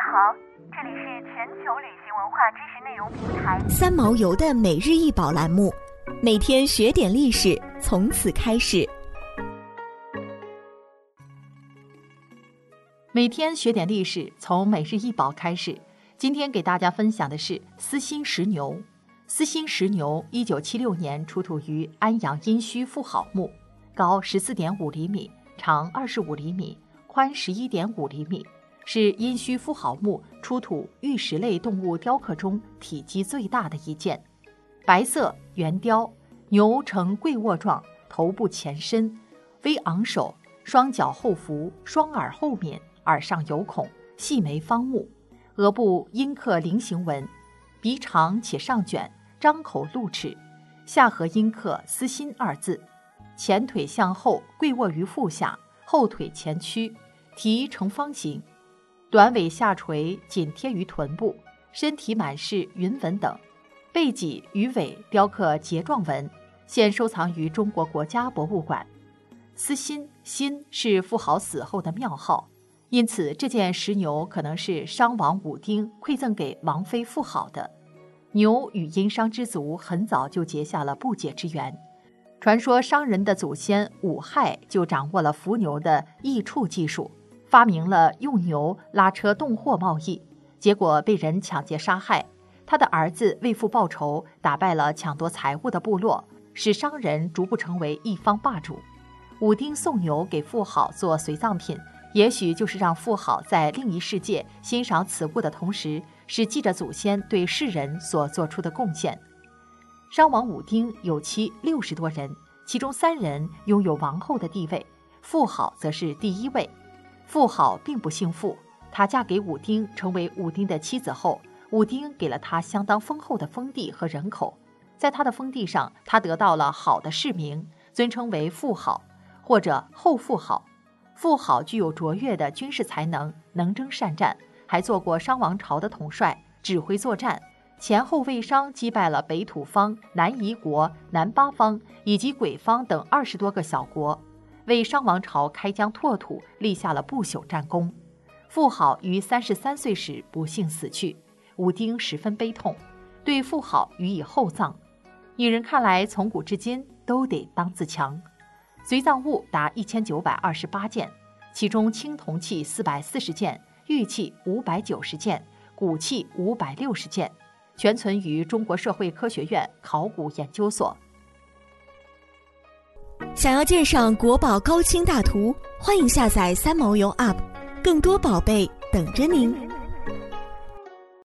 好，这里是全球旅行文化知识内容平台三毛游的每日一宝栏目，每天学点历史，从此开始。 每天学点历史，从每日一宝开始。今天给大家分享的是丝心石牛。丝心石牛1976年出土于安阳殷墟妇好墓，高14.5厘米，长25厘米，宽11.5厘米，是殷墟妇好墓出土玉石类动物雕刻中体积最大的一件。白色圆雕，牛呈跪卧状，头部前伸，微昂首，双脚后伏，双耳后抿，耳上有孔，细眉方目，额部阴刻菱形纹，鼻长且上卷，张口露齿，下颌阴刻丝心二字，前腿向后跪卧于腹下，后腿前屈，蹄呈方形，短尾下垂紧贴于臀部，身体满是云纹等，背脊与尾雕刻节状纹，现收藏于中国国家博物馆。丝心是妇好死后的庙号，因此这件石牛可能是商王武丁馈赠给王妃妇好的。牛与殷商之族很早就结下了不解之缘，传说商人的祖先武亥就掌握了伏牛的易畜技术，发明了用牛拉车动货贸易，结果被人抢劫杀害。他的儿子为父报仇，打败了抢夺财物的部落，使商人逐步成为一方霸主。武丁送牛给妇好做随葬品，也许就是让妇好在另一世界欣赏此物的同时，是记着祖先对世人所做出的贡献。商王武丁有妻60多人，其中3人拥有王后的地位，妇好则是第1位。妇好并不姓傅，她嫁给武丁，成为武丁的妻子后，武丁给了她相当丰厚的封地和人口，在她的封地上，她得到了好的市名，尊称为妇好或者后妇好。妇好具有卓越的军事才能，能征善战，还做过商王朝的统帅，指挥作战，前后为商击败了北土方、南夷国、南八方以及鬼方等20多个小国，为商王朝开疆拓土立下了不朽战功。妇好于33岁时不幸死去，武丁十分悲痛，对妇好予以厚葬。女人看来从古至今都得当自强。随葬物达1928件，其中青铜器440件，玉器590件，骨器560件，全存于中国社会科学院考古研究所。 想要鉴赏国宝高清大图，欢迎下载三毛游 App， 更多宝贝等着您。